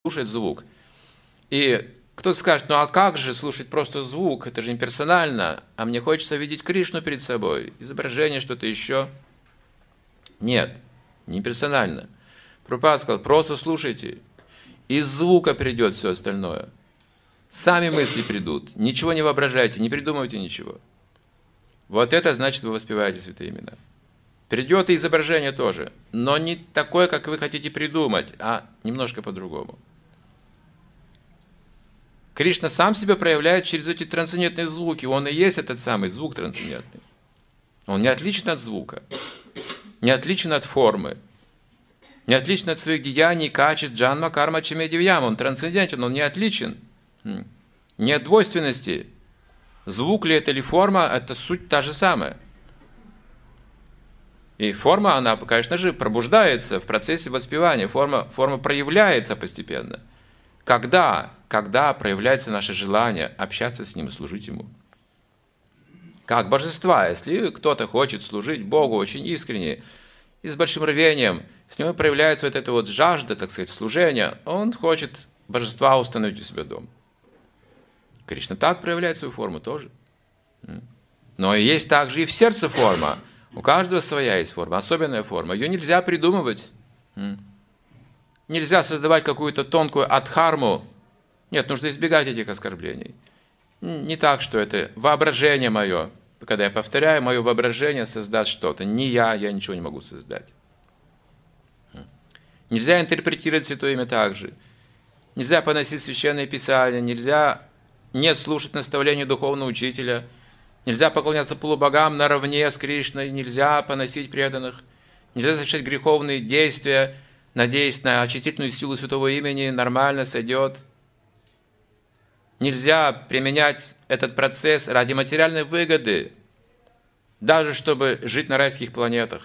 слушать звук. И кто-то скажет, ну а как же слушать просто звук, это же имперсонально, а мне хочется видеть Кришну перед собой, изображение, что-то еще. Нет, не имперсонально. Прабхупада сказал, просто слушайте, из звука придет все остальное. Сами мысли придут, ничего не воображайте, не придумывайте ничего. Вот это значит, вы воспеваете святые имена. Придет и изображение тоже, но не такое, как вы хотите придумать, а немножко по-другому. Кришна сам себя проявляет через эти трансцендентные звуки. Он и есть этот самый звук трансцендентный. Он не отличен от звука, не отличен от формы, не отличен от своих деяний, качеств, джанма, карма, чимедивьям. Он трансцендентен, он не отличен. Нет двойственности. Звук ли это или форма, это суть та же самая. И форма, она, конечно же, пробуждается в процессе воспевания. Форма проявляется постепенно. Когда проявляется наше желание общаться с Ним и служить Ему. Как божества. Если кто-то хочет служить Богу очень искренне и с большим рвением, с него проявляется вот эта вот жажда, так сказать, служения, он хочет божества установить у себя дом. Кришна так проявляет свою форму тоже. Но есть также и в сердце форма. У каждого своя есть форма, особенная форма. Ее нельзя придумывать. Нельзя создавать какую-то тонкую адхарму. Нет, нужно избегать этих оскорблений. Не так, что это воображение мое. Когда я повторяю, мое воображение создаст что-то. Не я ничего не могу создать. Нельзя интерпретировать Святое Имя так же. Нельзя поносить Священное Писание, нельзя не слушать наставления духовного учителя, нельзя поклоняться полубогам наравне с Кришной, нельзя поносить преданных, нельзя совершать греховные действия, надеясь на очистительную силу Святого Имени, нормально сойдет. Нельзя применять этот процесс ради материальной выгоды, даже чтобы жить на райских планетах.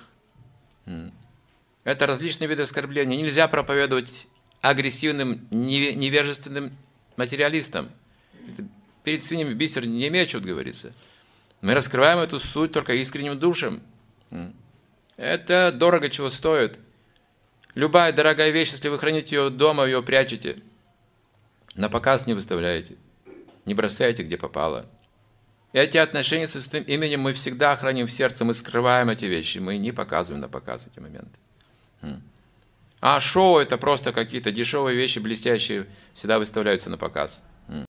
Это различные виды оскорбления. Нельзя проповедовать агрессивным, невежественным материалистам. Перед свиньями бисер не мечут, говорится. Мы раскрываем эту суть только искренним душам. Это дорого чего стоит. Любая дорогая вещь, если вы храните ее дома, ее прячете, на показ не выставляете, не бросаете, где попало. Эти отношения со Святым Именем мы всегда храним в сердце, мы скрываем эти вещи, мы не показываем на показ эти моменты. А шоу – это просто какие-то дешевые вещи, блестящие, всегда выставляются на показ.